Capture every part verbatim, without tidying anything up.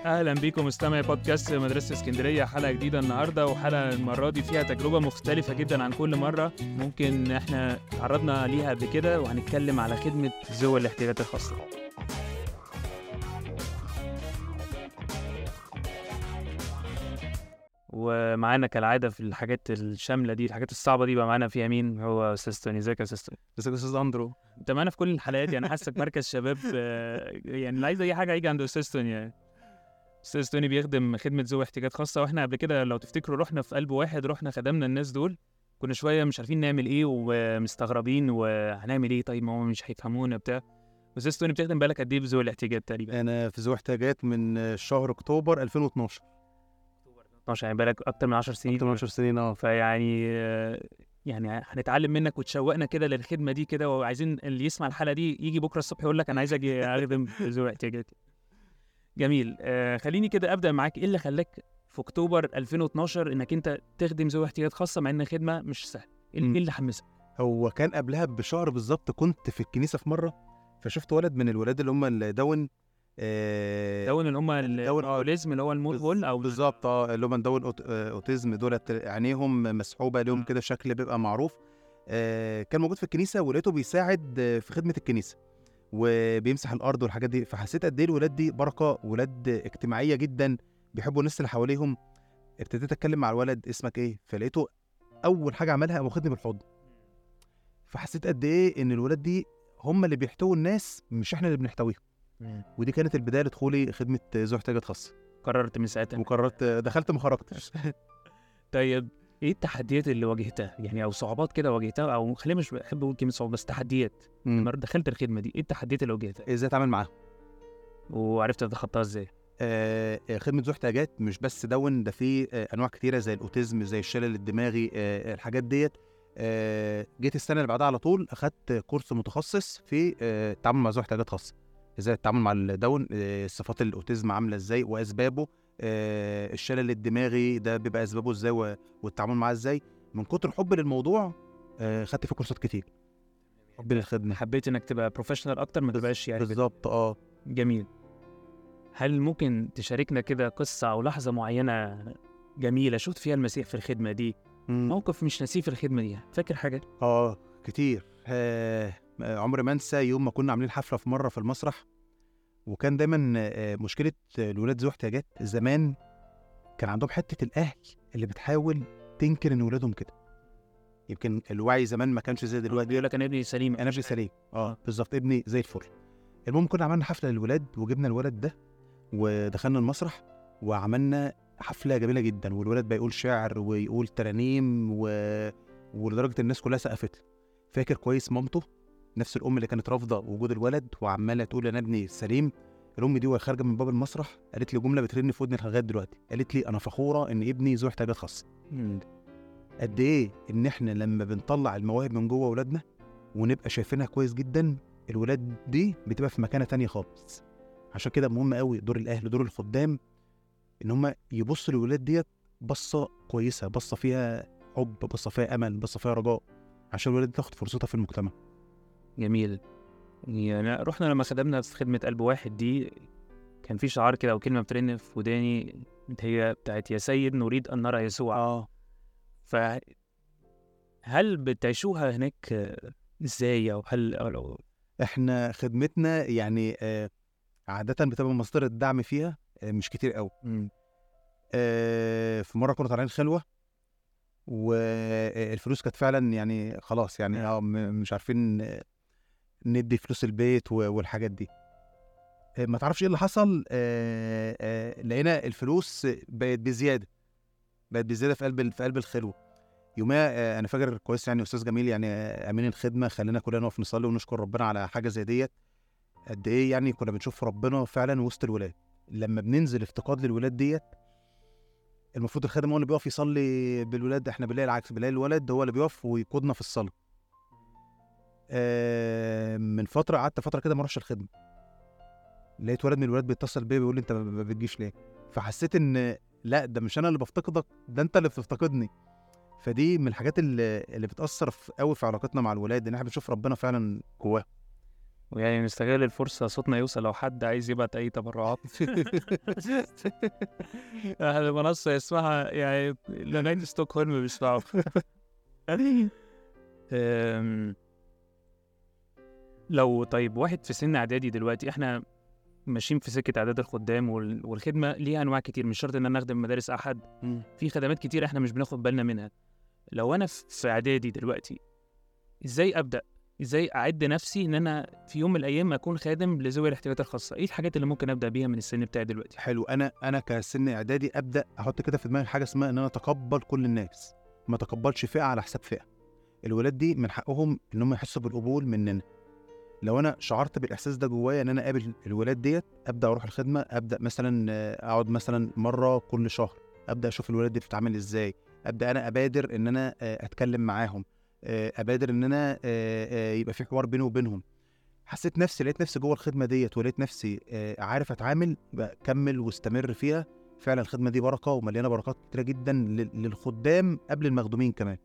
اهلا بيكم مستمعي بودكاست مدرسة اسكندرية. حلقة جديدة النهاردة، وحلقة المرة دي فيها تجربة مختلفة جدا عن كل مرة ممكن احنا تعرضنا ليها قبل كده، وهنتكلم على خدمة ذوي الاحتياجات الخاصة. ومعانا كالعادة في الحاجات الشاملة دي، الحاجات الصعبة دي، بقى معانا فيها مين؟ هو أستاذ توني. ازيك يا أستاذ توني؟ ازيك يا استاذ اندرو؟ انت معانا في كل الحلقات، يعني حاسك مركز شباب. آه، يعني اللي عايز اي حاجة هيجي عند أستاذ توني. يعني أستاذ توني بيخدم خدمة ذوي احتياجات خاصة، واحنا قبل كده لو تفتكروا رحنا في قلب واحد، رحنا خدمنا الناس دول. كنا شوية مش عارفين نعمل ايه ومستغربين وهنعمل ايه، طيب ما هم مش هيفهمونا بتاع. أستاذ توني بتخدم بالك قد ايه بذوي الاحتياجات تقريبا؟ انا في ذوي احتياجات من شهر اكتوبر ألفين واثناشر. اتناشر، يعني بالك اكتر من عشر سنين. اكتر من عشر سنين اه فيعني آه، يعني هنتعلم منك وتشوقنا كده للخدمة دي كده، وعايزين اللي يسمع الحلقة دي يجي بكرة الصبح يقول لك انا عايز اجي اخدم ذوي احتياجات. جميل. آه خليني كده ابدا معاك، ايه اللي خلاك في اكتوبر ألفين واثناشر انك انت تخدم ذوي احتياجات خاصه، مع ان خدمه مش سهله؟ ايه مم. إيه اللي حمسك؟ هو كان قبلها بشهر بالظبط كنت في الكنيسه في مره، فشفت ولد من الولاد اللي هم الداون. آه دون اللي هم دون اه الاوليزم، اللي هو المود بول او بالظبط اه اللي هم دون أوت- آه، اوتيزم، دولت عينيهم مسحوبه لهم مم. كده، شكل بيبقى معروف. آه كان موجود في الكنيسه ولقيته بيساعد آه، في خدمه الكنيسه وبيمسح الارض والحاجات دي، فحسيت قد ايه الولاد دي بركه، ولاد اجتماعيه جدا بيحبوا الناس اللي حواليهم. ابتديت اتكلم مع الولد، اسمك ايه؟ فلقيته اول حاجه عملها قام واخدني بالحضن. فحسيت قد ايه ان الولاد دي هم اللي بيحتووا الناس، مش احنا اللي بنحتويهم. مم. ودي كانت البدايه لدخولي خدمه ذوي احتياجات خاصه. قررت من ساعتها. وقررت دخلت ما خرجتش. طيب ايه التحديات اللي واجهتها، يعني او صعوبات كده واجهتها، او خلينا مش بحب اقول كلمه صعوبه بس تحديات مم. لما دخلت الخدمه دي؟ ايه التحديات اللي واجهتها ازاي اتعامل معاهم؟ وعرفت تتخطاها ازاي؟ آه آه، خدمه ذوي احتياجات مش بس دون، ده في آه انواع كتيره زي الاوتيزم، زي الشلل الدماغي، آه الحاجات ديت. آه جيت السنه اللي بعدها على طول اخدت كورس متخصص في آه التعامل مع ذوي احتياجات خاصه، ازاي التعامل مع الداون، آه صفات الاوتيزم عامله ازاي واسبابه، آه الشلل الدماغي ده بيبقى اسبابه ازاي و- والتعامل معاه ازاي. من كتر حبي للموضوع آه خدت فيه كورسات كتير، حبي للخدمه. حبيت انك تبقى بروفيشنال اكتر، ما تبقاش يعني بت- بالظبط اه جميل. هل ممكن تشاركنا كده قصة أو لحظة معينة جميلة شفت فيها المسيح في الخدمة دي؟ مم. موقف مش ناسيه في الخدمة دي، فاكر حاجة؟ اه كتير. آه آه، عمري ما انسى يوم ما كنا عاملين حفله في مره في المسرح، وكان دايما آه مشكله الولاد ذوي احتياجات زمان كان عندهم حته الاهل اللي بتحاول تنكر ان ولادهم كده. يمكن الوعي زمان ما كانش زي دلوقتي. بيقول لك أنا ابني سليم. انا ابني سليم، اه بالظبط، ابني زي الفل. المهم كنا عملنا حفله للولاد وجبنا الولد ده ودخلنا المسرح وعملنا حفله جميله جدا، والولد بقى يقول شعر ويقول ترانيم و... ولدرجه الناس كلها سقفت. فاكر كويس مامته، نفس الام اللي كانت رافضه وجود الولد وعماله تقول انا ابني سليم. الام دي وهي خارجه من باب المسرح قالت لي جمله بترن في ودني لغايه دلوقتي، قالت لي انا فخوره ان ابني ذو احتياجات خاصه. مم. قد ايه ان احنا لما بنطلع المواهب من جوه اولادنا ونبقى شايفينها كويس جدا، الولاد دي بتبقى في مكانه تانية خالص. عشان كده مهم قوي دور الاهل، دور الخدام، ان هم يبصوا للولاد ديت بصه كويسه، بصه فيها حب، بصه فيها امل، بصه فيها رجاء، عشان الولاد دي تاخد فرصتها في المجتمع. جميل. يعني رحنا لما خدمنا في خدمة قلب واحد دي، كان في شعار كده أو كلمة بترن في وداني، هي بتاعت يا سيد نريد أن نرى يسوع. اه فهل بتعيشوها هناك آه، إزاي؟ أو هل أو احنا خدمتنا يعني آه عاده بتبقى مصدر الدعم فيها آه مش كتير قوي. مم. آه في مره كنا طالعين خلوه والفلوس كانت فعلا يعني خلاص، يعني اه م- مش عارفين آه، ندي فلوس البيت و- والحاجات دي. آه، ما تعرفش ايه اللي حصل، آه، آه، لقينا الفلوس بقت بزياده، بقت بزياده في قلب في قلب الخلوه. يوميها آه، انا فاكر كويس، يعني استاذ جميل يعني آه، امين الخدمه خلينا كلنا نقف نصلي ونشكر ربنا على حاجه زي ديت. قد ايه يعني كنا بنشوف ربنا فعلا وسط الولاد. لما بننزل افتقاد للولاد ديت، المفروض الخادم هو اللي بيقف يصلي بالولاد، احنا بنلاقي العكس، بنلاقي الولد هو اللي بيقف ويقودنا في الصلاه. آه، من فتره قعدت فتره كده ما اروحش الخدمه، لقيت ولد من الولاد بيتصل بيا بيقول لي انت ما بتجيش ليه؟ فحسيت ان لا، ده مش انا اللي بفتقدك، ده انت اللي بتفتقدني. فدي من الحاجات اللي, اللي بتاثر في قوي في علاقتنا مع الولاد، ان احنا بنشوف ربنا فعلا جواهم. ويعني نستغل الفرصة صوتنا يوصل لو حد عايز يبعت أي تبرعات. احنا المنصة اسمها يعني لغاية ستوكهولم بيسمعوا. أم، لو طيب واحد في سن إعدادي دلوقتي، احنا ماشيين في سكة إعداد الخدام وال- والخدمة ليها أنواع كتير، مش شرط إن أنا أخدم مدارس أحد، مم. في خدمات كتير احنا مش بناخد بالنا منها. لو أنا في في إعدادي دلوقتي، إزاي أبدأ؟ إزاي أعد نفسي إن أنا في يوم من الأيام أكون خادم لذوي الاحتياجات الخاصة؟ إيه الحاجات اللي ممكن أبدأ بيها من السن بتاعي دلوقتي؟ حلو. انا انا كسن اعدادي ابدا احط كده في دماغي حاجه اسمها ان انا اتقبل كل الناس، ما اتقبلش فئه على حساب فئه. الولاد دي من حقهم ان هم يحسوا بالقبول مننا. لو انا شعرت بالاحساس ده جوايا ان انا اقابل الولاد ديت، ابدا اروح الخدمه، ابدا مثلا آه، اقعد مثلا مره كل شهر، ابدا اشوف الولاد دي بتتعامل ازاي، ابدا انا ابادر ان انا آه، اتكلم معاهم، آه، ابادر ان انا آه، آه، يبقى في حوار بيني وبينهم. حسيت نفسي لقيت نفسي جوه الخدمه ديت ولقيت نفسي آه، عارف اتعامل، بقى كمل واستمر فيها. فعلا الخدمه دي بركه ومليانه بركات كتيره جدا لل- للخدام قبل المخدومين كمان.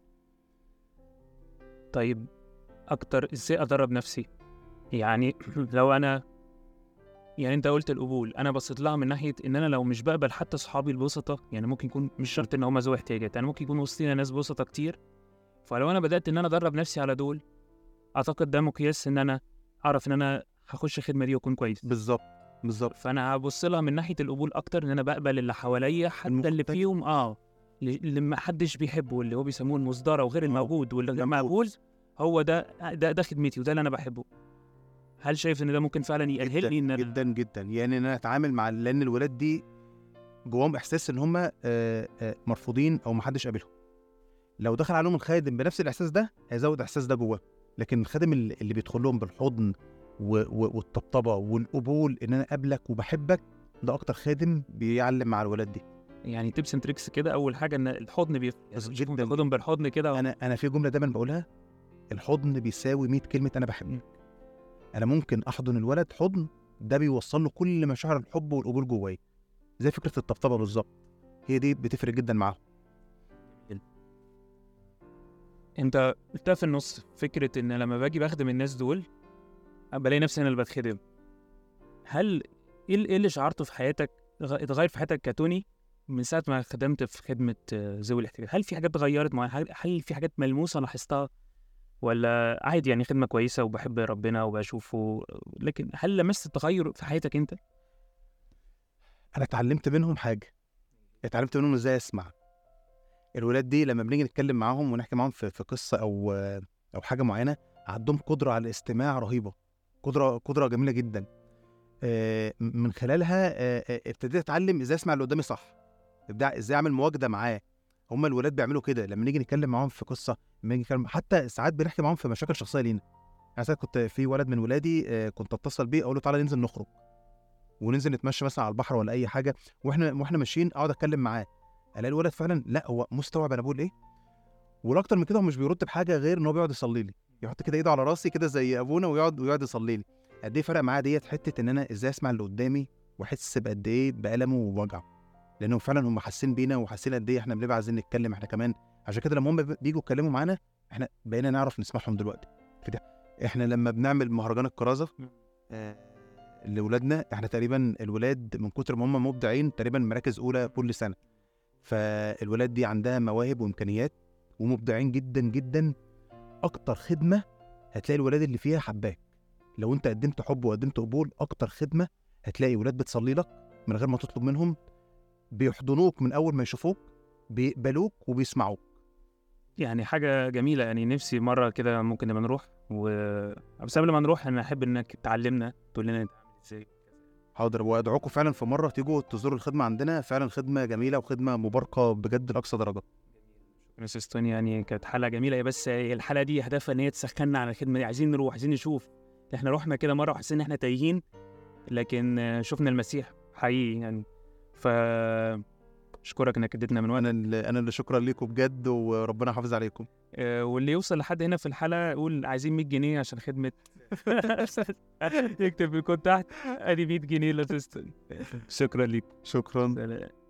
طيب أكتر إزاي أدرب نفسي؟ يعني لو أنا، يعني أنت قلت القبول، أنا بصيت لها من ناحية إن أنا لو مش بقبل حتى صحابي البسطة، يعني ممكن يكون مش شرط إن هم ذوي احتياجات، يعني ممكن يكون وسطينا ناس بسطة كتير، فلو أنا بدأت إن أنا أدرب نفسي على دول، أعتقد ده مقياس إن أنا أعرف إن أنا هخش الخدمة دي وأكون كويس. بالظبط بالظبط. فانا هبص لها من ناحيه القبول اكتر، ان انا بقبل اللي حواليا حتى اللي المختلف. فيهم اه اللي اللي ما حدش بيحبه، اللي هو بيسموه المصدره وغير الموجود، واللي غير مظبوط. مقبول هو ده ده ده خدمتي وده اللي انا بحبه. هل شايف ان ده ممكن فعلا يأهلني ان جدا انا جدا جدا، يعني ان انا اتعامل مع، لان الولاد دي جواهم احساس ان هم آه، آه، مرفوضين او محدش قابلهم. لو دخل عليهم الخادم بنفس الاحساس ده هيزود الاحساس ده جواه. لكن الخادم اللي اللي بيدخل لهم بالحضن و- و- والطبطبه والقبول، ان انا قابلك وبحبك، ده اكتر خادم بيعلم مع الولاد دي. يعني تيبس اند تريكس كده؟ اول حاجه ان الحضن بيفرق، يعني بس بشوفهم جدا. تاخدهم بالحضن كده. انا انا في جمله دايما بقولها: الحضن بيساوي مية كلمه انا بحبك. مم. انا ممكن احضن الولد حضن، ده بيوصل له كل مشاعر الحب والقبول جوايا، زي فكره الطبطبه بالظبط. هي دي بتفرق جدا معاهم. انت قلتها في النص، فكره ان لما باجي بخدم الناس دول بلاقي نفسي انا اللي بتخدم. هل ايه ال- إيه اللي شعرته في حياتك غ- اتغير في حياتك كتوني من ساعة ما خدمت في خدمة آه، ذوي الاحتياجات؟ هل في حاجات اتغيرت معايا؟ هل هل في حاجات ملموسة لاحظتها، ولا عادي يعني خدمة كويسة وبحب ربنا وبشوفه؟ لكن هل لمست تغير في حياتك انت؟ انا اتعلمت منهم حاجه، اتعلمت منهم ازاي اسمع. الولاد دي لما بنيجي نتكلم معاهم ونحكي معاهم في في قصه او او حاجه معينه، عندهم قدره على الاستماع رهيبه، قدره قدره جميله جدا. آه، من خلالها آه، آه، ابتديت اتعلم ازاي اسمع اللي قدامي صح، ابداع ازاي اعمل مواجده معاه. هم الولاد بيعملوا كده لما نيجي نتكلم معاهم في قصه، لما نيجي نتكلم، حتى ساعات بنحكي معاهم في مشاكل شخصيه لينا. يعني ساعات كنت في ولد من ولادي آه، كنت اتصل بيه اقول له تعالى ننزل نخرج وننزل نتمشى مثلا على البحر ولا اي حاجه، واحنا واحنا ماشيين اقعد اتكلم معاه، الاقي الولد فعلا لا هو مستوعب انا بقول ايه. والاكتر من كده هو مش بيرد بحاجه غير ان هو بيقعد يصلي لي، يحط كده ايده على راسي كده زي ابونا ويقعد ويقعد يصلي لي. قد ايه فرق معاه ديت حته ان انا ازاي اسمع اللي قدامي واحس بقد ايه بألمه ووجعه، لانهم فعلا هم حاسين بينا وحاسين قد ايه احنا بنبقى عايزين نتكلم احنا كمان. عشان كده لما هم بييجوا يتكلموا معانا احنا بقينا نعرف نسمعهم دلوقتي. كده احنا لما بنعمل مهرجان الكرازه آه، لاولادنا، احنا تقريبا الولاد من كتر ما هم مبدعين تقريبا مراكز اولى كل سنه. فالولاد دي عندها مواهب وامكانيات ومبدعين جدا جدا. اكتر خدمه هتلاقي الولاد اللي فيها حباك، لو انت قدمت حب وقدمت قبول، اكتر خدمه هتلاقي ولاد بتصلي لك من غير ما تطلب منهم، بيحضنوك من اول ما يشوفوك، بيقبلوك وبيسمعوك. يعني حاجة جميلة، يعني نفسي مرة كده ممكن نبقى نروح و بس قبل ما نروح انا احب انك تعلمنا، تقول لنا نتعامل ازاي. حاضر، وادعوكم فعلا في مره تيجوا تزوروا الخدمه عندنا، فعلا خدمه جميله وخدمه مباركه بجد لاقصى درجه. مس ستوني، يعني كانت حلقة جميلة، هي بس الحلقة دي هدفها ان هي تسخننا على الخدمة دي، عايزين نروح، عايزين نشوف. احنا رحنا كده مرة وحسينا ان احنا تايهين، لكن آه، شفنا المسيح حقيقي يعني. ف اشكرك انك اديتنا من وقت. انا اللي انا اللي شكرا ليكم بجد، وربنا يحافظ عليكم. آه، واللي يوصل لحد هنا في الحلقة يقول عايزين مية جنيه عشان خدمة. يكتب في الكود تحت ادي مية جنيه لتستون. شكرا ليك. شكرا. سلام.